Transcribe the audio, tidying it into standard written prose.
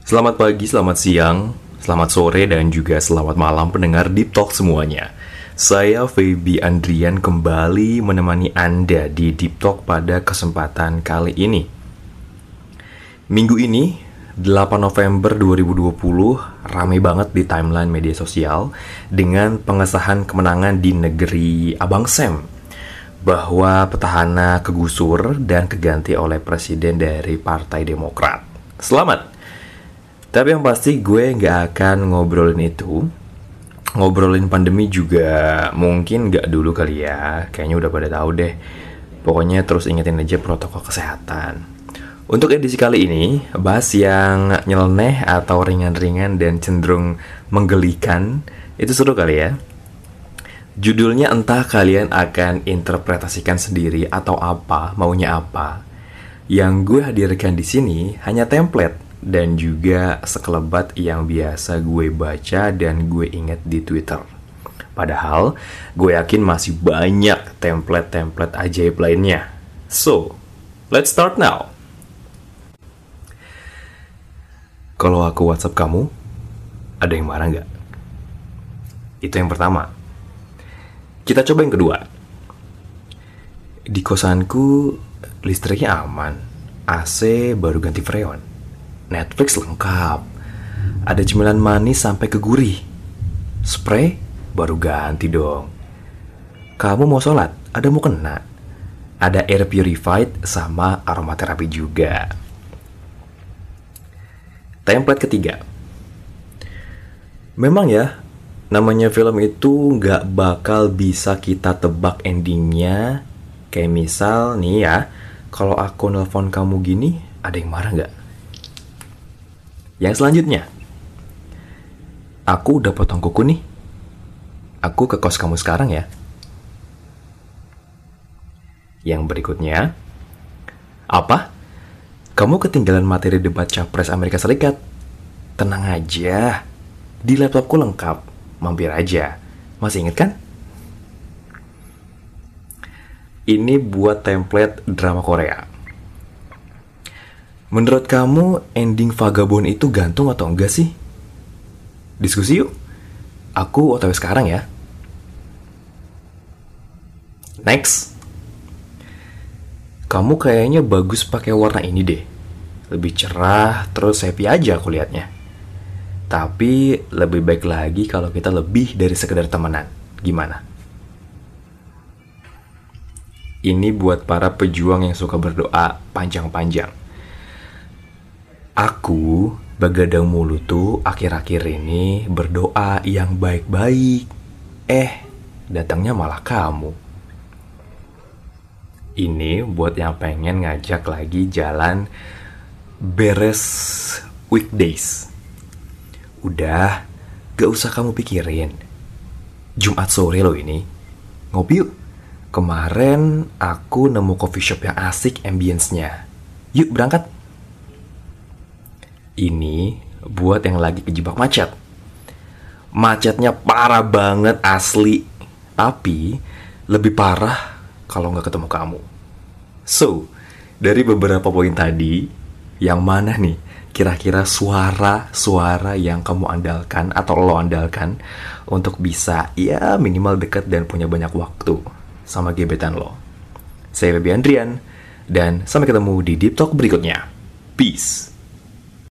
Selamat pagi, selamat siang, selamat sore, dan juga selamat malam pendengar Deep Talk semuanya. Saya Feby Andrian kembali menemani Anda di Deep Talk pada kesempatan kali ini. Minggu ini, 8 November 2020, rame banget di timeline media sosial dengan pengesahan kemenangan di negeri Abang Sam, bahwa petahana kegusur dan keganti oleh presiden dari Partai Demokrat. Selamat! Tapi yang pasti gue nggak akan ngobrolin itu. Ngobrolin pandemi juga mungkin nggak dulu kali ya. Kayaknya udah pada tahu deh. Pokoknya terus ingetin aja protokol kesehatan. Untuk edisi kali ini, bahas yang nyeleneh atau ringan-ringan dan cenderung menggelikan. Itu seru kali ya. Judulnya entah kalian akan interpretasikan sendiri atau apa, maunya apa. Yang gue hadirkan di sini hanya template dan juga sekelebat yang biasa gue baca dan gue ingat di Twitter. Padahal gue yakin masih banyak template-template ajaib lainnya. So, let's start now. Kalau aku WhatsApp kamu, ada yang marah nggak? Itu yang pertama. Kita coba yang kedua. Di kosanku listriknya aman, AC baru ganti freon, Netflix lengkap, ada cemilan manis sampai ke gurih, spray baru ganti dong. Kamu mau sholat, ada mau kena, ada air purified sama aromaterapi juga. Template ketiga. Memang ya, namanya film itu nggak bakal bisa kita tebak endingnya. Kayak misal nih ya, kalau aku nelpon kamu gini, ada yang marah nggak? Yang selanjutnya, aku udah potong kuku nih. Aku ke kos kamu sekarang ya. Yang berikutnya, apa? Kamu ketinggalan materi debat Capres Amerika Serikat? Tenang aja, di laptopku lengkap. Mampir aja. Masih inget kan? Ini buat template drama Korea. Menurut kamu ending Vagabond itu gantung atau enggak sih? Diskusi yuk. Aku OTW sekarang ya. Next. Kamu kayaknya bagus pakai warna ini deh. Lebih cerah, terus happy aja aku liatnya. Tapi lebih baik lagi kalau kita lebih dari sekedar temenan. Gimana? Ini buat para pejuang yang suka berdoa panjang-panjang. Aku begadang mulu tuh akhir-akhir ini berdoa yang baik-baik. Datangnya malah kamu. Ini buat yang pengen ngajak lagi jalan beres weekdays. Udah, gak usah kamu pikirin. Jumat sore loh ini. Ngopi yuk. Kemarin aku nemu coffee shop yang asik ambience-nya. Yuk berangkat. Ini buat yang lagi kejebak macet. Macetnya parah banget asli. Tapi lebih parah kalau nggak ketemu kamu. So, dari beberapa poin tadi, yang mana nih kira-kira suara-suara yang kamu andalkan atau lo andalkan untuk bisa ya minimal dekat dan punya banyak waktu sama gebetan lo? Saya Feby Andrian, dan sampai ketemu di Deep Talk berikutnya. Peace.